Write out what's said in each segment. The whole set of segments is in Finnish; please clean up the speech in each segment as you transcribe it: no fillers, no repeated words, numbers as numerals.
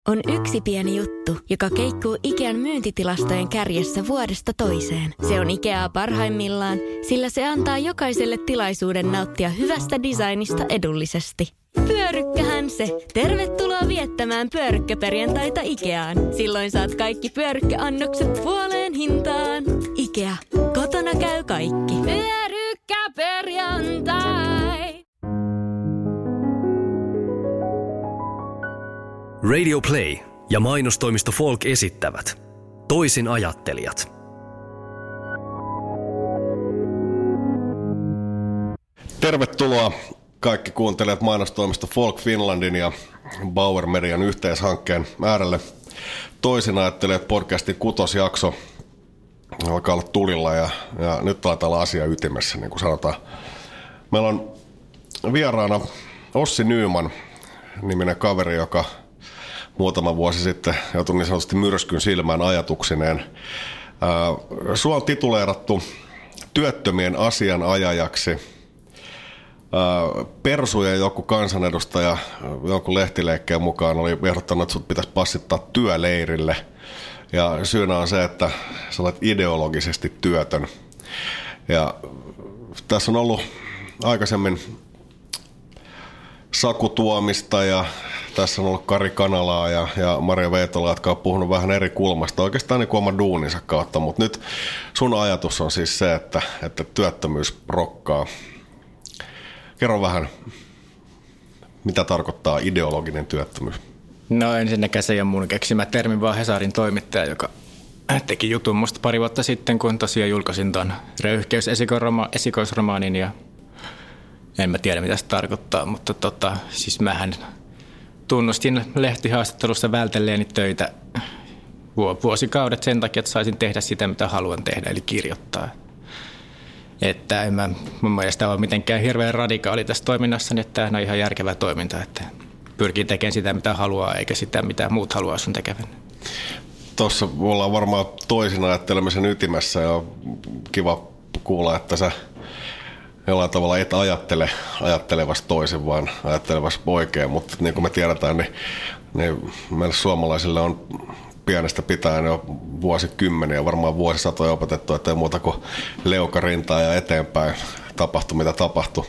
On yksi pieni juttu, joka keikkuu Ikean myyntitilastojen kärjessä vuodesta toiseen. Se on Ikeaa parhaimmillaan, sillä se antaa jokaiselle tilaisuuden nauttia hyvästä designista edullisesti. Pyörykkähän se! Tervetuloa viettämään pyörykkäperjantaita Ikeaan. Silloin saat kaikki pyörykkäannokset puoleen hintaan. Ikea. Kotona käy kaikki. Pyörykkäperjantai! Radio Play ja mainostoimisto Folk esittävät Toisin ajattelijat. Tervetuloa kaikki kuuntelijat mainostoimisto Folk Finlandin ja Bauer Median yhteishankkeen äärelle. Toisin ajattelijat podcastin 6. jakso alkaa olla tulilla ja nyt taitaa olla asia ytimessä, niin kuin sanotaan. Meillä on vieraana Ossi Nyman niminen kaveri, joka muutama vuosi sitten joutui niin sanotusti myrskyn silmään ajatuksineen. Sua on tituleerattu työttömien asianajajaksi. Persu ja joku kansanedustaja jonkun lehtileikkeen mukaan oli ehdottanut, että sut pitäisi passittaa työleirille. Ja syynä on se, että sä olet ideologisesti työtön. Ja tässä on ollut aikaisemmin Saku Tuomista ja tässä on ollut Kari Kanalaa ja Maria Veitola, jotka on puhunut vähän eri kulmasta, oikeastaan niin kuin oman duuninsa kautta, mutta nyt sun ajatus on siis se, että työttömyys rokkaa. Kerro vähän, mitä tarkoittaa ideologinen työttömyys? No ensinnäkään se ei ole mun keksimä termi, vaan Hesarin toimittaja, joka teki jutun musta pari vuotta sitten, kun tosiaan julkaisin ton röyhkeys-esikoisromaanin ja en mä tiedä, mitä se tarkoittaa, mutta siis mähän tunnustin lehtihaastattelussa vältelleeni töitä vuosikaudet sen takia, että saisin tehdä sitä, mitä haluan tehdä, eli kirjoittaa. Että en mä mun mielestä ole mitenkään hirveän radikaali tässä toiminnassa, niin että tämä on ihan järkevä toiminta, että pyrkii tekemään sitä, mitä haluaa, eikä sitä, mitä muut haluaa sun tekevän. Tuossa ollaan varmaan toisin ajattelemisen ytimessä ja kiva kuulla, että sä jollain tavalla et ajattelevasti toisin, vaan ajattelevasti oikein, mutta niin kuin me tiedetään, niin meille suomalaisille on pienestä pitäen jo vuosikymmeniä, varmaan vuosisatoja opetettu, että ei muuta kuin leukarintaa ja eteenpäin tapahtui, mitä tapahtui.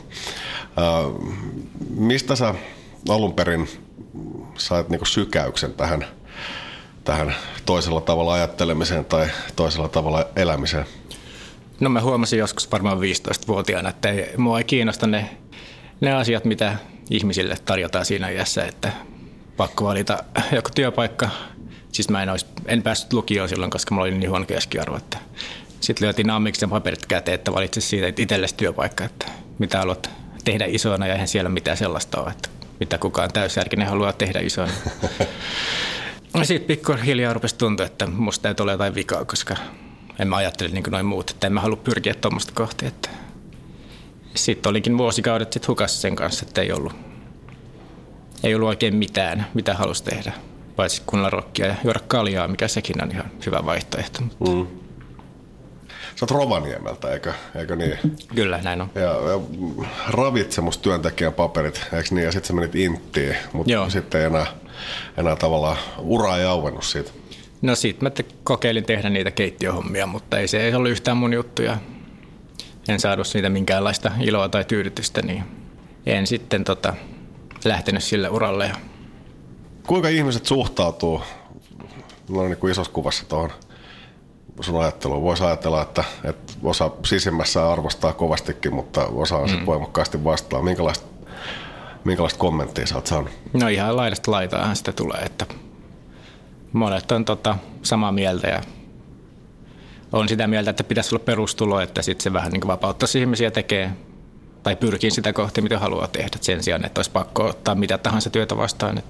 Mistä sä alun perin sait niin kuin sykäyksen tähän toisella tavalla ajattelemiseen tai toisella tavalla elämiseen? No mä huomasin joskus varmaan 15-vuotiaana, että mua ei kiinnosta ne asiat, mitä ihmisille tarjotaan siinä iässä, että pakko valita joku työpaikka. Siis mä en päässyt lukioon silloin, koska mulla oli niin huono keskiarvo. Sitten lyötiin ammiksen paperit käteen, että valitse siitä itsellesi työpaikka, että mitä haluat tehdä isona ja eihän siellä mitään sellaista ole, että mitä kukaan täysjärkinen haluaa tehdä isona. Sitten pikkuhiljaa rupesi tuntua, että musta täytyy olla jotain vikaa, koska en mä ajattele niin kuin noin muut, että en mä halua pyrkiä tuommoista kohti. Sitten olinkin vuosikaudet sit hukassa sen kanssa, että ei ollut oikein mitään, mitä halusi tehdä. Paitsi kuunnella rockia ja juoda kaljaa, mikä sekin on ihan hyvä vaihtoehto. Mm. Sä oot Rovaniemeltä, eikö niin? Kyllä, näin on. Ja ravitsemustyöntekijän paperit, eikö niin? Ja sitten sä menit Inttiin, mutta sitten ei enää tavallaan ura ei auennut siitä. No sitten mä kokeilin tehdä niitä keittiöhommia, mutta ei se ollut yhtään mun juttuja. En saanut siitä minkäänlaista iloa tai tyydytystä, niin en sitten lähtenyt sille uralle. Kuinka ihmiset suhtautuu niin kuin isossa kuvassa tuohon sun ajatteluun? Voisi ajatella, että osa sisimmässä arvostaa kovastikin, mutta osa on sitten voimakkaasti vastaan. Minkälaista kommenttia sä oot saanut? No ihan laidasta laitaahan sitä tulee, että monet on samaa mieltä ja on sitä mieltä, että pitäisi olla perustulo, että sitten se vähän niin kuin vapauttaisi ihmisiä tekee tai pyrkii sitä kohti, mitä haluaa tehdä sen sijaan, että olisi pakko ottaa mitä tahansa työtä vastaan.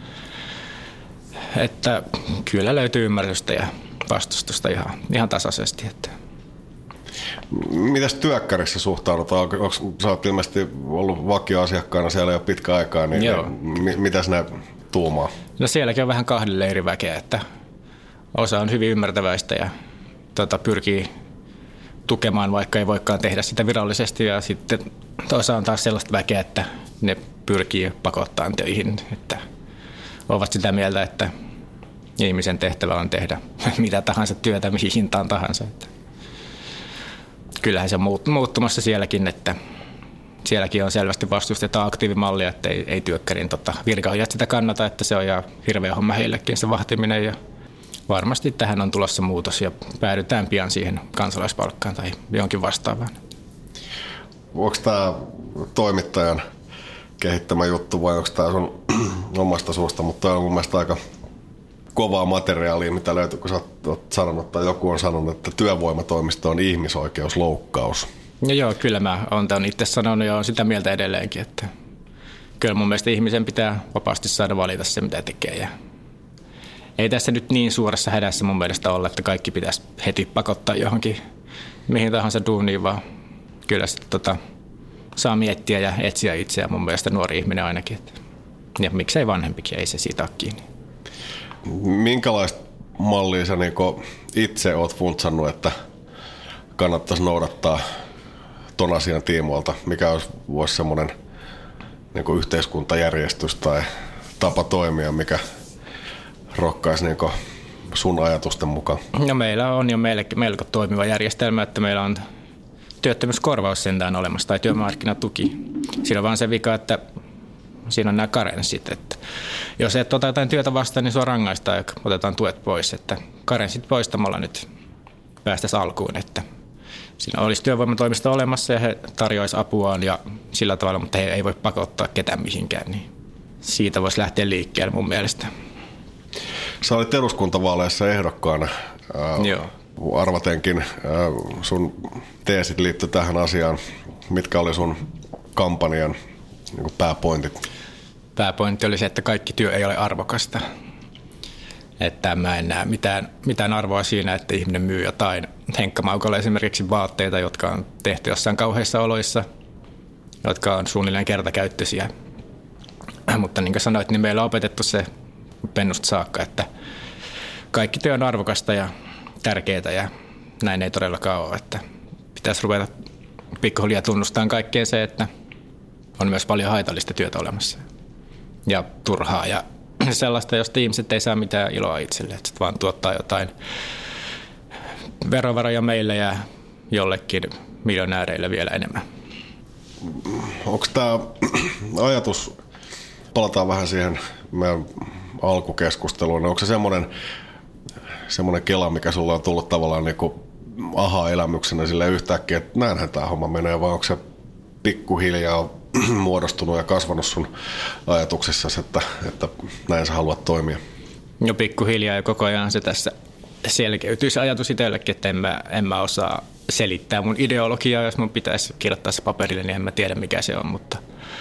Että kyllä löytyy ymmärrystä ja vastustusta ihan tasaisesti. Että. Mitäs työkkärissa suhtaudutaan? Sä oot ilmeisesti ollut vakioasiakkaana siellä jo pitkä aikaa, niin mitäs ne tuumaa? No sielläkin on vähän kahdelle eri väkeä, että osa on hyvin ymmärtäväistä ja pyrkii tukemaan, vaikka ei voikaan tehdä sitä virallisesti. Ja sitten osa on taas sellaista väkeä, että ne pyrkii pakottamaan töihin, että ovat sitä mieltä, että ihmisen tehtävä on tehdä mitä tahansa työtä, mihin hintaan tahansa. Että kyllähän se on muuttumassa sielläkin, että sielläkin on selvästi vastustetaan aktiivimallia, että ei työkkärin virkaohjaajat sitä kannata, että se on ja hirveä homma heillekin se vahtiminen. Ja varmasti tähän on tulossa muutos ja päädytään pian siihen kansalaispalkkaan tai johonkin vastaavaan. Onko tämä toimittajan kehittämä juttu vai onko tämä sun omasta suusta, mutta on mun mielestä aika kovaa materiaalia, mitä löytyy, kun sä oot sanonut tai joku on sanonut, että työvoimatoimisto on ihmisoikeusloukkaus. No joo, kyllä mä oon tämän itse sanonut ja on sitä mieltä edelleenkin, että kyllä mun mielestä ihmisen pitää vapaasti saada valita se, mitä tekee. Ja ei tässä nyt niin suuressa hädässä mun mielestä olla, että kaikki pitäisi heti pakottaa johonkin mihin tahansa duuniin, vaan kyllä sitten saa miettiä ja etsiä itseä mun mielestä nuori ihminen ainakin. Ja miksei vanhempikin, ei se siitä ole kiinni. Minkälaista mallia sä niinku itse oot funtsannut, että kannattaisi noudattaa ton asian tiimoilta? Mikä voisi semmoinen niinku yhteiskuntajärjestys tai tapa toimia, mikä rokkaisi niinku sun ajatusten mukaan? No meillä on jo melko toimiva järjestelmä, että meillä on työttömyyskorvaus sentään olemassa tai työmarkkinatuki. Siinä on vaan se vika, että siinä on nämä karenssit, että jos et ota jotain työtä vastaan, niin sua rangaistaan ja otetaan tuet pois. Että karenssit poistamalla nyt päästäisiin alkuun, että siinä olisi työvoimatoimisto olemassa ja he tarjoaisivat apuaan ja sillä tavalla, mutta he ei voi pakottaa ketään mihinkään, niin siitä voisi lähteä liikkeelle mun mielestä. Sä olit eduskuntavaaleissa ehdokkaana. Joo. Arvatenkin sun teesit liittyi tähän asiaan. Mitkä oli sun kampanjan niin pääpointit? Pääpointti oli se, että kaikki työ ei ole arvokasta. Että mä en näe mitään arvoa siinä, että ihminen myy jotain henkkamaukalla esimerkiksi vaatteita, jotka on tehty jossain kauheissa oloissa, jotka on suunnilleen kertakäyttöisiä. Mutta niin kuin sanoit, niin meillä on opetettu se pennusta saakka, että kaikki työ on arvokasta ja tärkeää ja näin ei todellakaan ole. Että pitäisi ruveta pikkuhiljaa tunnustamaan kaikkeen se, että on myös paljon haitallista työtä olemassa ja turhaa ja sellaista, josta ihmiset ei saa mitään iloa itselle, että vaan tuottaa jotain verovaroja meille ja jollekin miljonääreille vielä enemmän. Onko tämä ajatus, palataan vähän siihen meidän alkukeskusteluun, onko se semmoinen kela, mikä sulla on tullut tavallaan niin kuin aha-elämyksenä sille yhtäkkiä, että näinhän tämä homma menee, vai onko se pikkuhiljaa muodostunut ja kasvanut sun ajatuksissasi, että näin sä haluat toimia? No pikkuhiljaa ja koko ajan se tässä selkeytyy se ajatus itsellekin, että en mä osaa selittää mun ideologiaa, jos mun pitäisi kirjoittaa se paperille, niin en mä tiedä mikä se on, mutta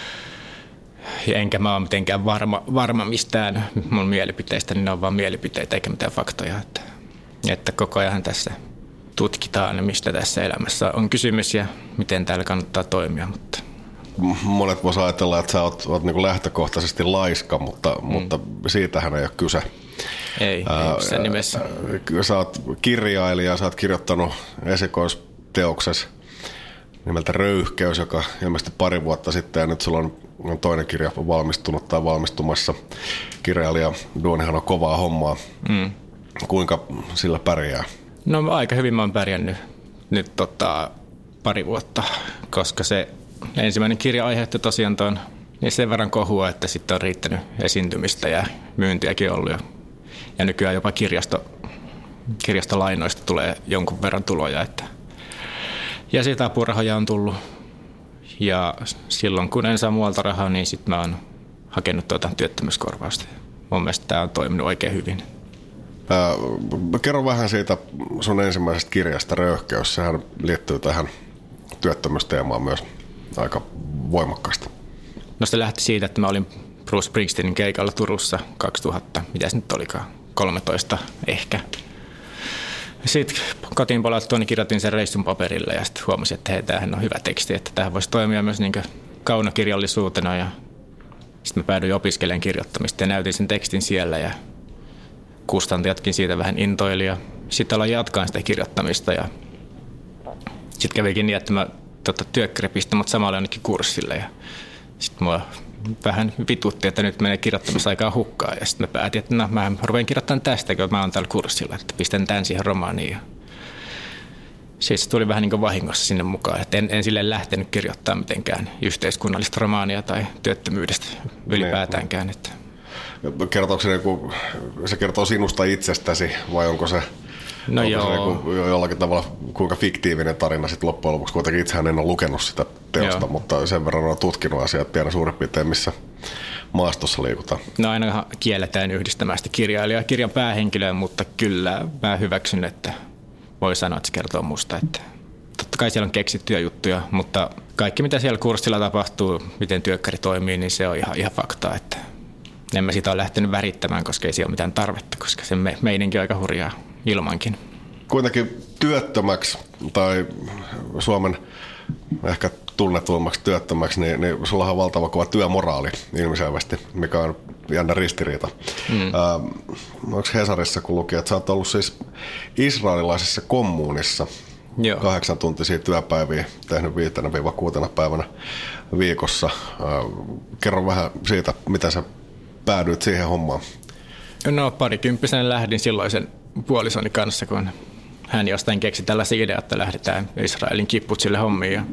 enkä mä ole mitenkään varma mistään mun mielipiteistä, niin ne on vaan mielipiteitä eikä mitään faktoja, että koko ajan tässä tutkitaan, mistä tässä elämässä on kysymys ja miten täällä kannattaa toimia, mutta monet voisivat ajatella, että sä oot niin kuin lähtökohtaisesti laiska, mutta siitähän ei ole kyse. Ei missään nimessä. Sä oot kirjailija, sä oot kirjoittanut esikoisteoksesi nimeltä Röyhkeys, joka ilmeisesti pari vuotta sitten, ja nyt sulla on toinen kirja valmistunut tai valmistumassa. Kirjailija duunihan on kovaa hommaa. Kuinka sillä pärjää? No aika hyvin mä oon pärjännyt nyt pari vuotta, koska se ensimmäinen kirja aiheutti tosiaan tuon niin sen verran kohua, että sitten on riittänyt esiintymistä ja myyntiäkin ollut. Ja nykyään jopa kirjastolainoista tulee jonkun verran tuloja. Ja siitä apurahoja on tullut. Ja silloin kun en saa muualta rahaa, niin sitten mä oon hakenut työttömyyskorvausta. Mun mielestä tämä on toiminut oikein hyvin. Kerro vähän siitä sun ensimmäisestä kirjasta Röyhkeys. Sehän liittyy tähän työttömyysteemaan myös aika voimakkaasti. No se lähti siitä, että mä olin Bruce Springsteenin keikalla Turussa 2000, mitä se nyt olikaan, 13 ehkä. Sitten kotiin palattua, niin kirjoitin sen reissun paperille ja sitten huomasin, että hei, tämähän on hyvä teksti, että tämähän voisi toimia myös niin kaunokirjallisuutena. Ja sitten mä päädyin opiskelemaan kirjoittamista ja näytin sen tekstin siellä ja kustantajatkin siitä vähän intoili ja sitten aloin jatkaa sitä kirjoittamista ja sitten kävikin niin, että mä työkkäri pisti mut samalle jonnekin kurssille ja sitten mua vähän vitutti, että nyt menee kirjoittamisaikaa hukkaan. Ja sitten mä päätin, että mä rupean kirjoittamaan tästä, kun mä oon tällä kurssilla, että pistän tämän siihen romaaniin. Siis se tuli vähän niin kuin vahingossa sinne mukaan, että en silleen lähtenyt kirjoittamaan mitenkään yhteiskunnallista romaania tai työttömyydestä ylipäätäänkään. Että. Kertooko se kertoo sinusta itsestäsi vai onko se, no se jollakin tavalla kuinka fiktiivinen tarina sitten loppujen lopuksi? Kuitenkin itsehän en ole lukenut sitä teosta, mutta sen verran olen tutkinut asiat pienen suurin piirtein, missä maastossa liikutaan. No aina kielletään yhdistämään sitä kirjailijaa kirjan päähenkilöön, mutta kyllä mä hyväksyn, että voi sanoa, että se kertoo musta. Että totta kai siellä on keksittyjä juttuja, mutta kaikki mitä siellä kurssilla tapahtuu, miten työkkäri toimii, niin se on ihan faktaa. Että en mä sitä ole lähtenyt värittämään, koska ei siellä ole mitään tarvetta, koska se meininki on aika hurjaa ilmankin. Kuitenkin työttömäksi tai Suomen ehkä tunnetuimmaksi työttömäksi, niin sulla on valtava kova työmoraali ilmiselvästi, mikä on jännä ristiriita. Onko Hesarissa, kun luki, että sä oot ollut siis israelilaisessa kommuunissa 8-tuntisia työpäiviä, tehnyt 5-6 päivänä viikossa. Kerro vähän siitä, miten sä päädyit siihen hommaan. No parikymppisenä lähdin silloisen puolisoni kanssa, kun hän jostain keksi tällaisia ideaa, että lähdetään Israelin kibbutzille hommiin. Ja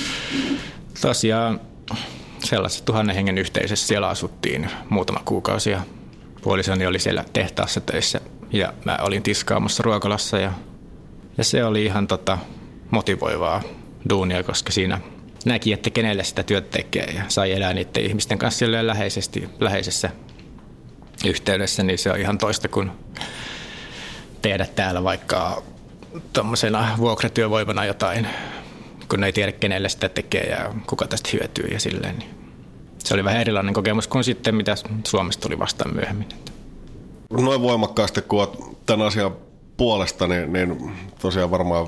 tosiaan sellaisessa 1000 hengen yhteisössä siellä asuttiin muutama kuukausi ja puolisoni oli siellä tehtaassa töissä ja mä olin tiskaamassa ruokalassa ja se oli ihan motivoivaa duunia, koska siinä näki, että kenelle sitä työtä tekee ja sai elää niiden ihmisten kanssa läheisessä yhteydessä, niin se on ihan toista kuin tehdä täällä vaikka tuommoisena vuokratyövoimana jotain, kun ei tiedä kenelle sitä tekee ja kuka tästä hyötyy ja silleen. Niin se oli vähän erilainen kokemus kuin sitten, mitä Suomesta tuli vastaan myöhemmin. Noin voimakkaasti, kun olet tämän asian puolesta, niin tosiaan varmaan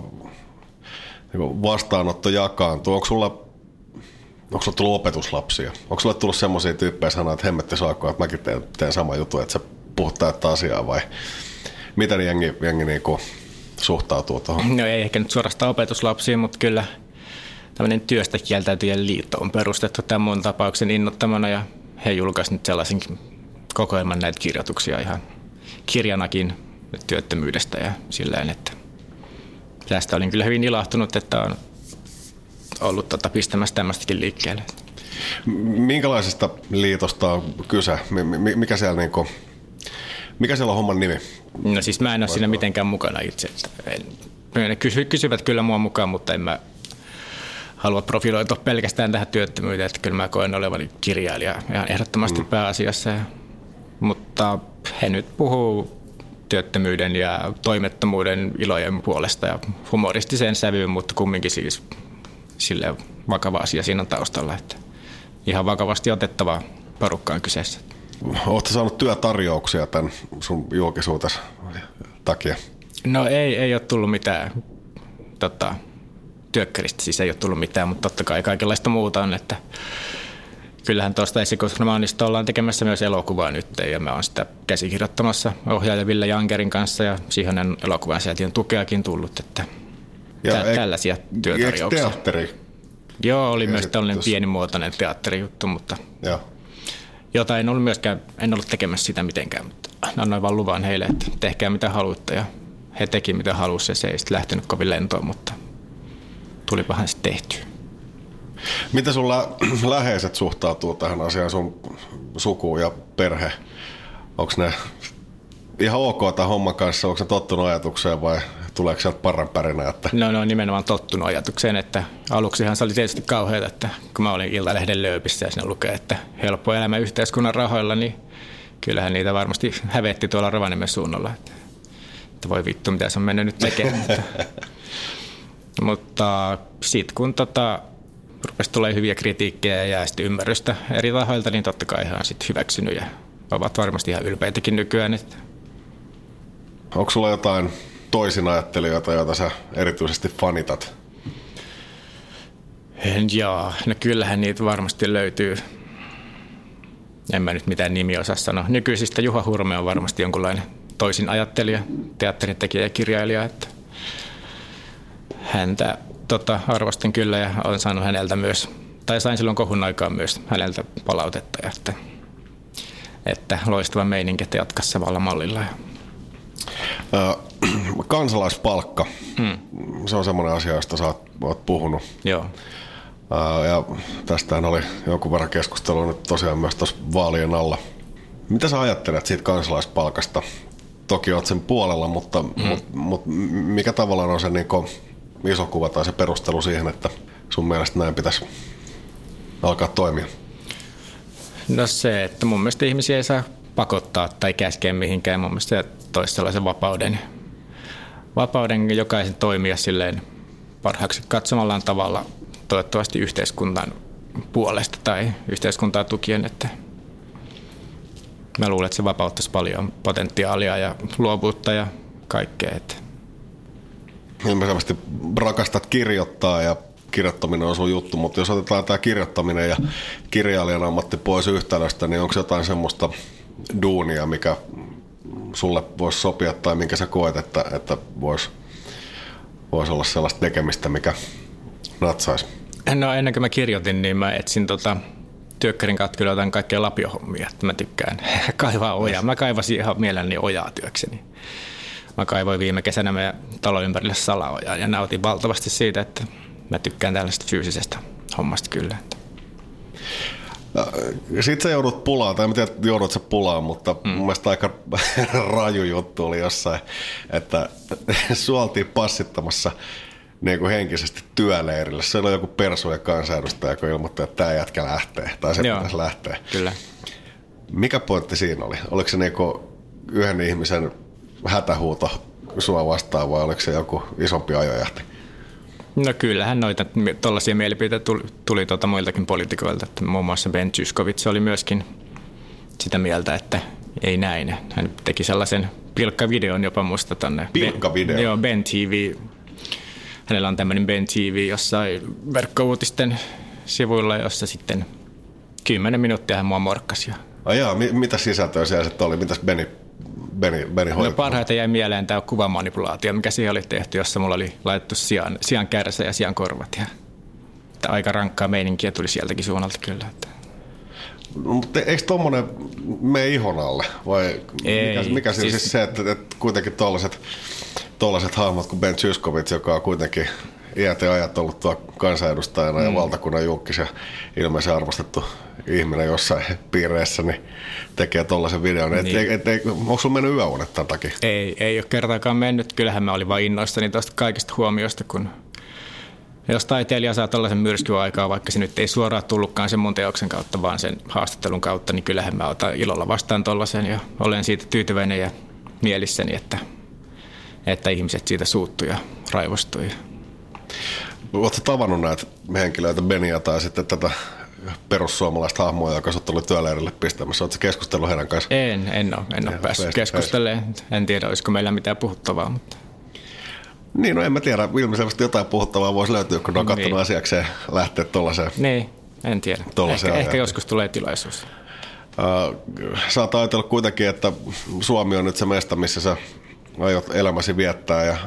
vastaanotto jakaantuu. Onko sulla tullut opetuslapsia? Onko sulle tullut semmoisia tyyppejä sanoa, että hemmetti saakko, että mäkin teen sama juttu, että sä puhut täyttä asiaa vai miten jengi niinku suhtautuu tuohon? No ei ehkä nyt suorastaan opetuslapsia, mutta kyllä tämmöinen työstä kieltäytyjien liitto on perustettu tämän mun tapauksen innoittamana ja he julkaisivat nyt sellaisen kokoelman näitä kirjoituksia ihan kirjanakin työttömyydestä ja silleen, että tästä olin kyllä hyvin ilahtunut, että on ollut pistämässä tämmöistäkin liikkeelle. Minkälaisesta liitosta on kyse? Mikä siellä on homman nimi? No siis mä en ole siinä mitenkään mukana itse. Ne kysyvät kyllä mua mukaan, mutta en mä halua profiloitua pelkästään tähän työttömyyteen. Että kyllä mä koen olevani kirjailija ihan ehdottomasti pääasiassa. Mutta he nyt puhuu työttömyyden ja toimettomuuden ilojen puolesta ja humoristiseen sävyyn, mutta kumminkin siis silleen vakava asia siinä on taustalla. Että ihan vakavasti otettavaa porukkaan kyseessä. Oletko saanut työtarjouksia tämän sun julkisuutesi takia? No ei ole tullut mitään työkkäristä, siis ei ole tullut mitään, mutta totta kai kaikenlaista muuta on, että kyllähän tuosta esikoisromaanista ollaan tekemässä myös elokuvaa nyt ja mä oon sitä käsikirjoittamassa ohjaaja Ville Jankerin kanssa ja siihen on elokuvan säätiön tukeakin tullut, että tällaisia työtarjouksia. Eikö teatteri? Joo, oli myös tällainen pienimuotoinen teatterijuttu, mutta jota en ollut tekemässä sitä mitenkään, mutta annoin vaan luvan heille, että tehkää mitä haluatte ja he teki mitä halusi ja se ei sitten lähtenyt kovin lentoon, mutta tulipahan sitten tehtyä. Miten sun läheiset suhtautuu tähän asiaan, sun suku ja perhe? Onko ne ihan ok tämän homman kanssa, onko ne tottunut ajatukseen vai tuleeko sieltä parranpärinä? Että... No on nimenomaan tottunut ajatukseen, että aluksihan se oli tietysti kauheata, että kun mä olin Iltalehden lööpissä ja siinä lukee, että helppo elämä yhteiskunnan rahoilla, niin kyllähän niitä varmasti hävetti tuolla Rovaniemen suunnalla, että voi vittu mitä se on mennyt nyt tekemään. Mutta sitten kun rupesi tulee hyviä kritiikkejä ja sitten ymmärrystä eri tahoilta, niin totta kai he on sitten hyväksynyt ja ovat varmasti ihan ylpeitäkin nykyään. Että... Onko sulla jotain toisinajattelijoita, joita sä erityisesti fanitat? No kyllähän niitä varmasti löytyy. En mä nyt mitään nimiä osaa sanoa. Nykyisistä Juha Hurme on varmasti jonkunlainen toisinajattelija, teatteritekijä ja kirjailija. Että häntä arvostan kyllä ja olen saanut häneltä myös tai sain silloin kohun aikaan myös häneltä palautetta, että loistava meininki, että jatkaa samalla mallilla. Kansalaispalkka, se on semmoinen asia, josta sä oot puhunut. Joo. Ja tästähän oli jonkun verran keskustelua nyt tosiaan myös tuossa vaalien alla. Mitä sä ajattelet siitä kansalaispalkasta? Toki oot sen puolella, mutta mikä tavallaan on se niin iso kuva tai se perustelu siihen, että sun mielestä näin pitäisi alkaa toimia? No se, että mun mielestä ihmisiä ei saa pakottaa tai käskeä mihinkään. Mun mielestä se toisi sellaisen vapauden jokaisen toimia silleen parhaaksi katsomallaan tavalla, toivottavasti yhteiskunnan puolesta tai yhteiskuntaa tukien, että mä luulen, että se vapauttaisi paljon potentiaalia ja luovuutta ja kaikkea. Ilmeisesti rakastat kirjoittaa ja kirjoittaminen on sun juttu, mutta jos otetaan tämä kirjoittaminen ja kirjailijan ammatti pois yhtälöstä, niin onko jotain semmoista duunia, mikä sulle voisi sopia tai minkä sä koet, että voisi olla sellaista tekemistä, mikä natsaisi? No ennen kuin mä kirjoitin, niin mä etsin työkkärin kautta kyllä jotain kaikkea lapiohommia, että mä tykkään kaivaa ojaa. Mä kaivasin ihan mielelläni ojaa työkseni. Mä kaivoin viime kesänä meidän talon ympärille salaojaa ja nautin valtavasti siitä, että mä tykkään tällaista fyysisestä hommasta kyllä. Sitten sä joudut pulaan, tai en tiedä, joudut sä pulaan, mutta mun mielestä aika raju juttu oli jossain, että sua oltiin passittamassa niin kuin henkisesti työleirille. Siellä on joku persuja kansanedustaja, joka ilmoitti, että tämä jätkä lähtee, tai se pitäisi lähteä. Kyllä. Mikä pointti siinä oli? Oliko se niin kuin yhden ihmisen hätähuuto sua vastaan, vai oliko se joku isompi ajojahti? No kyllähän noita tuollaisia mielipiteitä tuli muiltakin poliitikoilta. Että muun muassa Ben Zyskowicz oli myöskin sitä mieltä, että ei näin. Hän teki sellaisen pilkkavideon jopa musta tonne. Pilkkavideo? Joo, Ben TV. Hänellä on tämmöinen Ben TV jossain verkkouutisten sivuilla, jossa sitten 10 minuuttia hän mua morkkasi. Jaa, mitä sisältöä siellä sitten oli? Mitäs Beni hoiti? No parhaiten jäi mieleen tämä kuvamanipulaatio, mikä siihen oli tehty, jossa mulla oli laitettu sian kärsä ja sian korvat. Ja aika rankkaa meininkiä tuli sieltäkin suunnalta kyllä. No, mutta eikö tommonen mene ihon alle? Vai mikä siis se, että kuitenkin tollaset hahmot kuin Ben Zyskowicz, joka on kuitenkin iät ja ajat ollut tuo kansanedustajana ja valtakunnan julkis ja ilmeisen arvostettu ihminen jossain piireissä, niin tekee tollaisen videon. Niin. Onko sulla mennyt yöunet tämän takia? Ei ole kertaakaan mennyt. Kyllähän mä olin vain innoissani tuosta kaikista huomioista, kun jos taiteilija saa tollaisen myrskyn aikaa, vaikka se nyt ei suoraan tullutkaan sen mun teoksen kautta, vaan sen haastattelun kautta, niin kyllähän mä otan ilolla vastaan tollaisen ja olen siitä tyytyväinen ja mielissäni, että ihmiset siitä suuttuu ja raivostuu. Oletko tavannut näitä henkilöitä, Beniä tai sitten tätä perussuomalaista hahmoa, joka sut oli työleirille pistämässä? Oletko keskustellut heidän kanssaan? En ole päässyt keskustelemaan. En tiedä, olisiko meillä mitään puhuttavaa. Mutta... Niin, no en mä tiedä. Ilmeisesti jotain puhuttavaa voisi löytyä, kun on katsonut asiakseen lähteä tuollaiseen. Niin, en tiedä. Ehkä joskus tulee tilaisuus. Sä oot ajatellut kuitenkin, että Suomi on nyt se mesta, missä sä aiot elämäsi viettää ja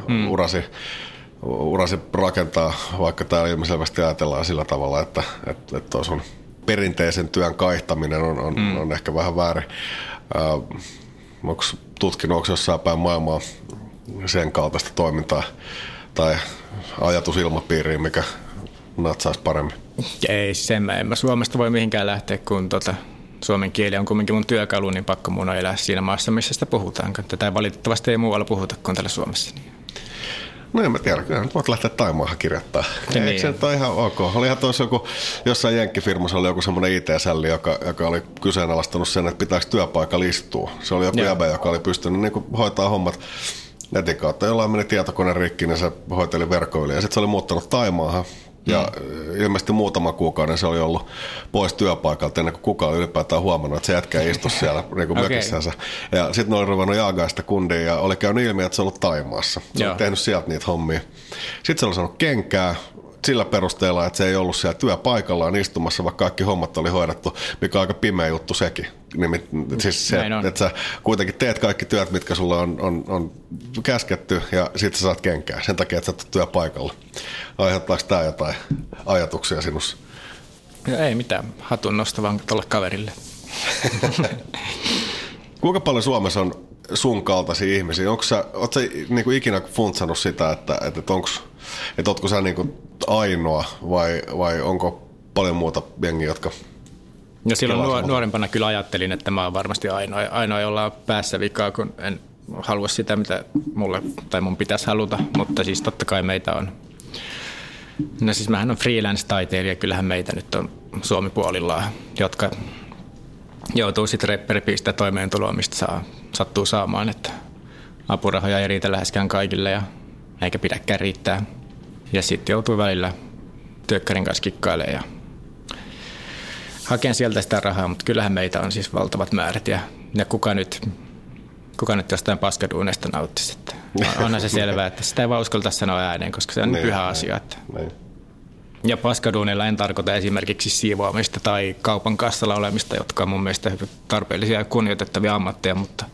urasi rakentaa, vaikka täällä ilmeisesti ajatellaan sillä tavalla, että tuo sun perinteisen työn kaihtaminen on ehkä vähän väärin. Onko tutkinut, onko jossain päin maailmaa sen kaltaista toimintaa tai ajatusilmapiiriä, mikä natsaisi paremmin? Ei, en mä Suomesta voi mihinkään lähteä, kun suomen kieli on kuitenkin mun työkalu, niin pakko mun on elää siinä maassa, missä sitä puhutaan. Tätä valitettavasti ei muualla puhuta kuin täällä Suomessa. No en mä tiedä, kyllä nyt voit lähteä Taimaahan kirjoittaa. Niin. Eikö se nyt ole ihan ok? Olihan tuossa jossain jenkkifirmassa oli joku semmoinen IT-sälli, joka oli kyseenalaistanut sen, että pitääkö työpaikalla istua. Se oli joku jäbä, joka oli pystynyt niin hoitaa hommat netin kautta. Jollain meni tietokone rikki, niin se hoiteli verkkoyli. Ja sitten se oli muuttanut Taimaahan. Ja ilmeisesti muutama kuukauden se oli ollut pois työpaikalta ennen kuin kukaan oli ylipäätään huomannut, että se jätkä ei istu siellä niin kuin mökissänsä. Ja sitten ne oli ruvennut jaagaa sitä kundia ja oli käynyt ilmi, että se oli ollut Taimaassa. Se oli tehnyt sieltä niitä hommia. Sitten se oli saanut kenkää sillä perusteella, että se ei ollut siellä työpaikallaan istumassa, vaikka kaikki hommat oli hoidettu, mikä on aika pimeä juttu sekin. Siis se, että sä kuitenkin teet kaikki työt, mitkä sulla on käsketty, ja sitten sä saat kenkää sen takia, että sä oot työpaikalla. Aiheuttaako tämä jotain ajatuksia sinussa? Ja ei mitään, hatun nosta vaan tuolle kaverille. Kuinka paljon Suomessa on sun kaltaisia ihmisiä? Ootko sä niinku ikinä funtsannut sitä, että ootko sä niinku ainoa vai onko paljon muuta jengiä, jotka... No silloin nuorempana kyllä ajattelin, että mä oon varmasti ainoa jolla on päässä vikaa, kun en halua sitä, mitä mulle tai mun pitäisi haluta, mutta siis totta kai meitä on. No siis mähän on freelance-taiteilija, kyllähän meitä nyt on Suomi-puolillaan, jotka joutuu sitten repperipiistä toimeentuloa, mistä sattuu saamaan, että apurahoja ei riitä läheskään kaikille ja eikä pidäkään riittää. Ja sitten joutuu välillä työkkärin kanssa kikkailemaan ja hakeen sieltä sitä rahaa, mutta kyllähän meitä on siis valtavat määrät ja kuka nyt jostain paskaduunesta nauttisi. Että onhan se selvää, että sitä ei vaan uskalta sanoa ääneen, koska se on niin pyhä asia. Että. Ja paskaduunilla en tarkoita esimerkiksi siivoamista tai kaupan kassalla olemista, jotka on mun mielestä tarpeellisia ja kunnioitettavia ammatteja,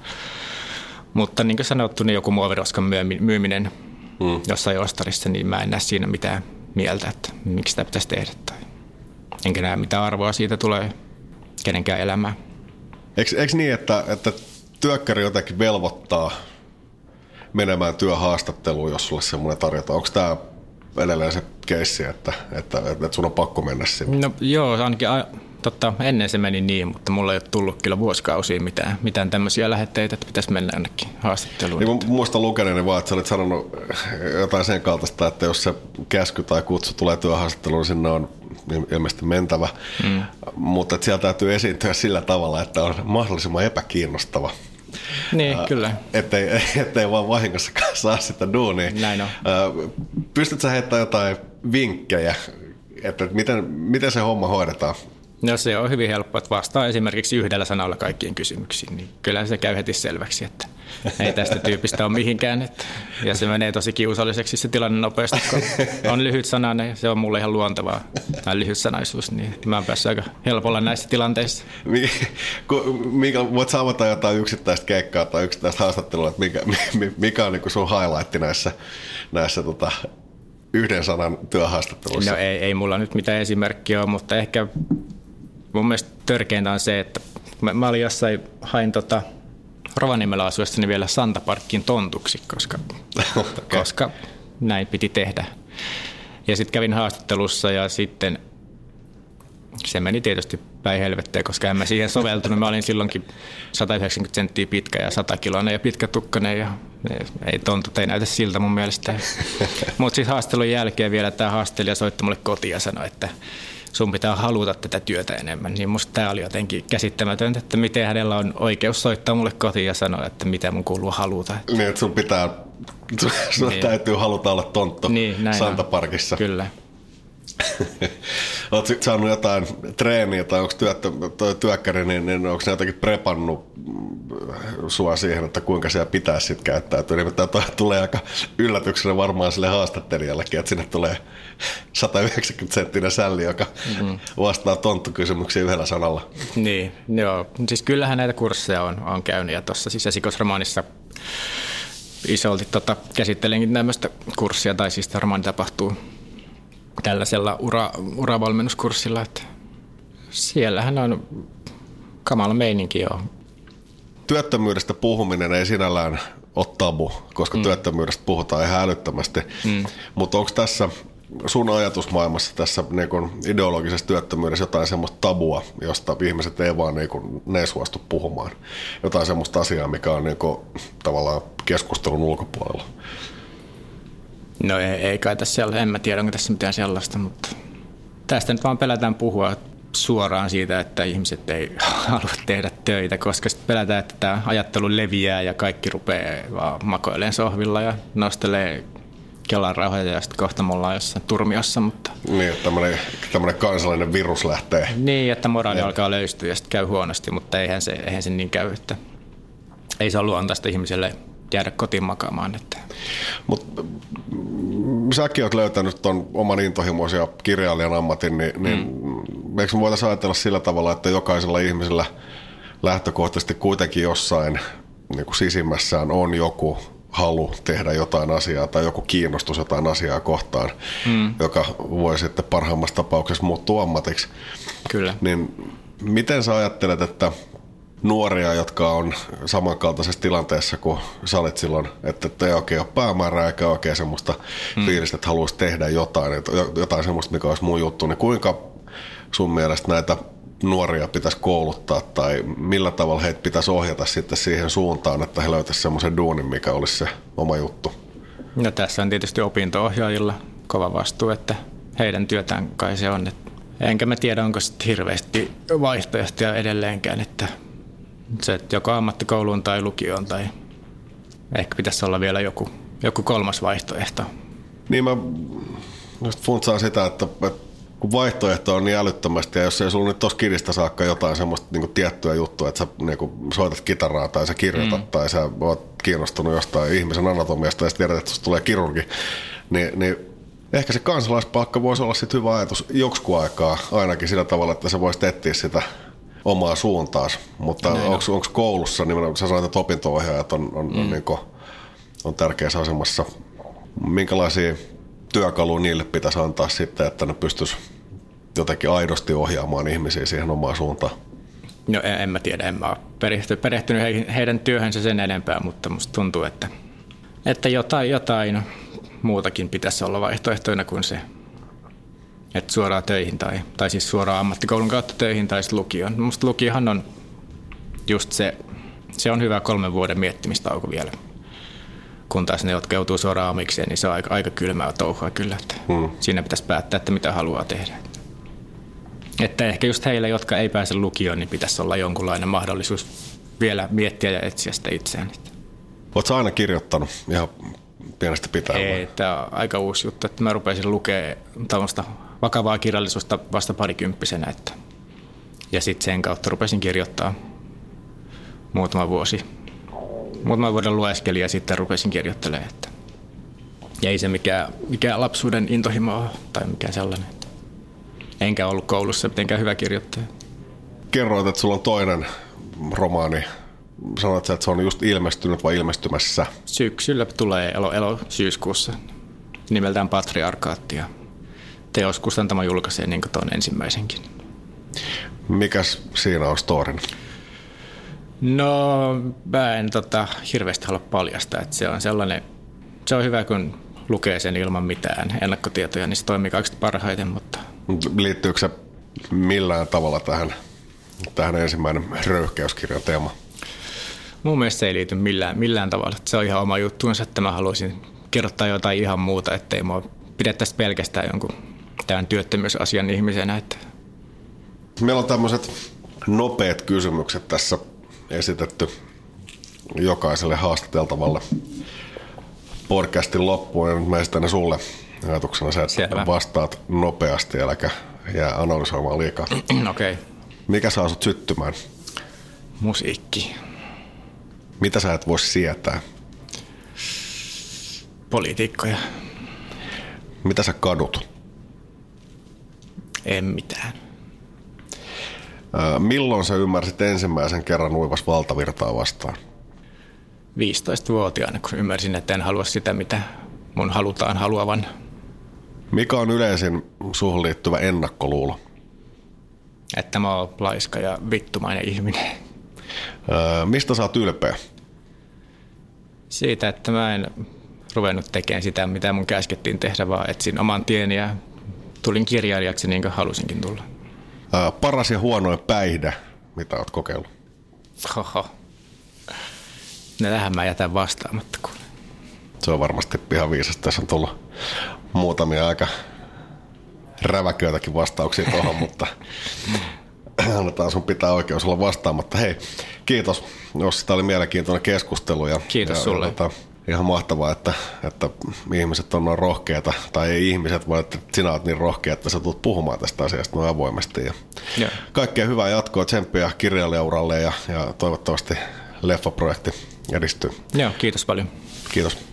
mutta niin kuin sanottu, niin joku muoviroskan myyminen jossain ostarissa, niin mä en näe siinä mitään mieltä, että miksi sitä pitäisi tehdä. Enkä näe mitä arvoa siitä tulee kenenkään elämään. Eikö niin, että työkkäri jotenkin velvoittaa menemään työhaastatteluun, jos sulle semmoinen tarjotaan? Onko tämä edelleen se keissi, että sun on pakko mennä sinne? No joo, ainakin ennen se meni niin, mutta mulla ei ole tullut kyllä vuosikausia mitään tämmöisiä lähetteitä, että pitäisi mennä jonnekin haastatteluun. Niin muistan lukeneeni vaan, että sä olit sanonut jotain sen kaltaista, että jos se käsky tai kutsu tulee työhaastatteluun, niin sinne on ilmeisesti mentävä, mutta että siellä täytyy esiintyä sillä tavalla, että on mahdollisimman epäkiinnostava. Niin, kyllä. Ettei vaan vahingossa saa sitä duunia. Näin on. Pystytkö sä heittämään jotain vinkkejä, että miten se homma hoidetaan? No se on hyvin helppo, että vastaa esimerkiksi yhdellä sanalla kaikkiin kysymyksiin, niin kyllä se käy heti selväksi, että ei tästä tyypistä ole mihinkään. Ja se menee tosi kiusalliseksi se tilanne nopeasti, kun on lyhyt sanainen ja se on mulle ihan luontevaa, tämä lyhytsanaisuus, niin mä oon päässyt aika helpolla näissä tilanteissa. Voit sä avata jotain yksittäistä keikkaa tai yksittäistä haastattelua, että mikä on niin kuin sun highlight näissä yhden sanan työhaastatteluissa? No ei mulla nyt mitään esimerkkiä ole, mutta ehkä mun mielestä törkeintä on se, että mä olin hain Rovaniemellä asuessani vielä Santaparkkiin tontuksi, koska näin piti tehdä. Ja sitten kävin haastattelussa ja sitten se meni tietysti päin helvetteen, koska en mä siihen soveltunut. Mä olin silloinkin 190 senttiä pitkä ja 100-kiloinen ja pitkätukkainen ja ei tontut ei näytä siltä mun mielestä. Mutta sitten haastelun jälkeen vielä tämä haastelija soitti mulle kotiin ja sanoi, että sun pitää haluta tätä työtä enemmän. Niin musta tämä oli jotenkin käsittämätöntä, että miten hänellä on oikeus soittaa mulle kotiin ja sanoa, että mitä mun kuuluu haluta. Niin, että sun täytyy haluta olla tonttu Santaparkissa. Kyllä. Oletko saanut jotain treeniä tai onko työkkäri, niin onko ne jotenkin prepannut sua siihen, että kuinka siellä pitäisi sitten käyttäytyä? Nimittäin tulee aika yllätyksenä varmaan sille haastattelijallekin, että sinne tulee 190-senttinen sälli, joka vastaa tonttukysymyksiä yhdellä sanalla. Niin, joo. Siis kyllähän näitä kursseja on käynyt ja tuossa siis esikoisromaanissa isolti käsittelenkin tämmöistä kurssia, tai siis romaani tapahtuu tällaisella uravalmennuskurssilla, että siellähän on kamala meininki jo. Työttömyydestä puhuminen ei sinällään ole tabu, koska työttömyydestä puhutaan ihan älyttömästi, mutta onko tässä sun ajatusmaailmassa tässä niin kun ideologisessa työttömyydessä jotain semmoista tabua, josta ihmiset ei vaan ne ei suostu puhumaan? Jotain semmoista asiaa, mikä on niin kun, tavallaan keskustelun ulkopuolella? No ei kai tässä sellaista, en mä tiedä, onko tässä mitään sellaista, mutta tästä nyt vaan pelätään puhua suoraan siitä, että ihmiset ei halua tehdä töitä, koska sitten pelätään, että tämä ajattelu leviää ja kaikki rupeaa vaan makoilemaan sohvilla ja nostelee Kelan rahoja ja sitten kohta me ollaan jossain turmiossa. Mutta niin, että tämmöinen kansallinen virus lähtee. Niin, että moraali alkaa löystyä ja sitten käy huonosti, mutta eihän se niin käy, että ei se ole luontaista ihmiselle jäädä kotiin makaamaan. Mutta säkin olet löytänyt tuon oman intohimoisen ja kirjailijan ammatin, niin eikö me voitaisiin ajatella sillä tavalla, että jokaisella ihmisellä lähtökohtaisesti kuitenkin jossain niin kuin sisimmässään on joku halu tehdä jotain asiaa tai joku kiinnostus jotain asiaa kohtaan, joka voi sitten parhaimmassa tapauksessa muuttua ammatiksi. Kyllä. Niin miten sä ajattelet, että nuoria, jotka on samankaltaisessa tilanteessa kuin sä olit silloin, että ei oikein ole päämäärää eikä oikein semmoista fiilistä, että haluaisi tehdä jotain semmoista, mikä olisi mun juttu, niin kuinka sun mielestä näitä nuoria pitäisi kouluttaa tai millä tavalla heitä pitäisi ohjata sitten siihen suuntaan, että he löytäisivät semmoisen duunin, mikä olisi se oma juttu? No tässä on tietysti opinto-ohjaajilla kova vastuu, että heidän työtään kai se on. Enkä mä tiedä, onko sitten hirveästi vaihtoehtoja edelleenkään, että se, että joko ammattikouluun tai lukioon tai ehkä pitäisi olla vielä joku kolmas vaihtoehto. Niin mä just funtsaan sitä, että kun vaihtoehto on niin älyttömästi ja jos ei sulla nyt tuossa kidistä saakka jotain semmoista niin kuin tiettyä juttua, että sä niin kuin soitat kitaraa tai sä kirjoitat tai sä oot kiinnostunut jostain ihmisen anatomiasta ja sitten tiedät, että susta tulee kirurgi, niin ehkä se kansalaispalkka voisi olla sitten hyvä ajatus joksikun aikaa ainakin sillä tavalla, että sä voisit etsiä sitä omaa suuntaansa, mutta onko koulussa, niin sä sanoit, että opinto-ohjaajat on tärkeässä asemassa. Minkälaisia työkaluja niille pitäisi antaa sitten, että ne pystyisi jotenkin aidosti ohjaamaan ihmisiä siihen omaan suuntaan? No en mä tiedä, en mä ole perehtynyt heidän työhönsä sen enempää, mutta musta tuntuu, että jotain muutakin pitäisi olla vaihtoehtoina kuin se, että suoraan töihin tai siis suoraan ammattikoulun kautta töihin tai sitten lukioon. Musta lukiohan on just se on hyvä 3 vuoden miettimistauko vielä. Kun taas ne, jotka joutuu suoraan amikseen, niin se on aika kylmää touhua kyllä. Että siinä pitäisi päättää, että mitä haluaa tehdä. Että ehkä just heille, jotka ei pääse lukioon, niin pitäisi olla jonkunlainen mahdollisuus vielä miettiä ja etsiä sitä itseään. Oletko aina kirjoittanut ihan pienestä pitäen? Ei, tämä on aika uusi juttu, että mä rupesin lukemaan tällaista vakavaa kirjallisuutta vasta parikymppisenä. Ja sitten sen kautta rupesin kirjoittaa muutaman vuoden lueskelin ja sitten rupesin kirjoittelemaan. Ja ei se mikään lapsuuden intohimo ole tai mikään sellainen. Enkä ollut koulussa mitenkään hyvä kirjoittaja. Kerroit, että sulla on toinen romaani. Sanoit sä, että se on just ilmestynyt vai ilmestymässä? Syksyllä tulee syyskuussa nimeltään Patriarkaatti ja Teoskustantamo julkaisee niin kuin tuon ensimmäisenkin. Mikäs siinä on storin? No mä en hirveästi halua paljastaa, että se on hyvä kun lukee sen ilman mitään ennakkotietoja, niin se toimii kaikista parhaiten, mutta... Liittyykö se millään tavalla tähän ensimmäinen röyhkeyskirjan teemaan? Mun mielestä se ei liity millään tavalla. Se on ihan oma juttuunsa, että mä haluaisin kirjoittaa jotain ihan muuta, ettei mua pidettäisi pelkästään jonkun tämän työttömyysasian ihmisenä. Että... Meillä on tämmöiset nopeat kysymykset tässä esitetty jokaiselle haastateltavalle podcastin loppuun. Ja nyt mä esitän ne sulle ajatuksena se, että vastaat nopeasti, äläkä jää analysoimaan liikaa. Okei. Mikä saa sut syttymään? Musiikki. Mitä sä et voisi sietää? Poliitikkoja. Mitä sä kadut? En mitään. Milloin sä ymmärsit ensimmäisen kerran uivas valtavirtaa vastaan? 15-vuotiaana, kun ymmärsin, että en halua sitä, mitä mun halutaan haluavan. Mikä on yleisin suhun liittyvä ennakkoluulo? Että mä oon laiska ja vittumainen ihminen. Mistä sä oot ylpeä? Siitä, että mä en ruvennut tekemään sitä, mitä mun käskettiin tehdä, vaan etsin oman tieni ja tulin kirjailijaksi niin kuin halusinkin tulla. Paras ja huonoin päihde, mitä oot kokeillut? Hoho. Tähän mä jätän vastaamatta. Se on varmasti ihan viisasta. Tässä on tullut muutamia aika räväköitäkin vastauksia tuohon, mutta annetaan sun pitää oikeus olla vastaamatta. Hei, kiitos. Jos tämä oli mielenkiintoinen keskustelu. Kiitos sulle. Ihan mahtavaa, että ihmiset on noin rohkeita, tai ei ihmiset, vaan että sinä olet niin rohkea, että sä tulet puhumaan tästä asiasta noin avoimesti. Ja kaikkea hyvää jatkoa, tsemppiä kirjailijauralle ja toivottavasti leffaprojekti edistyy. Joo, kiitos paljon. Kiitos.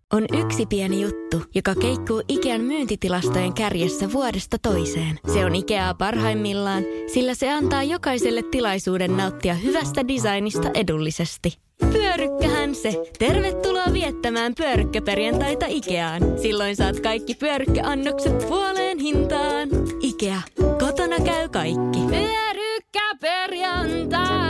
on yksi pieni juttu, joka keikkuu Ikean myyntitilastojen kärjessä vuodesta toiseen. Se on Ikeaa parhaimmillaan, sillä se antaa jokaiselle tilaisuuden nauttia hyvästä designista edullisesti. Pyörykkähän se! Tervetuloa viettämään pyörykkäperjantaita Ikeaan. Silloin saat kaikki pyörykkäannokset puoleen hintaan. Ikea. Kotona käy kaikki. Pyörykkäperjantai!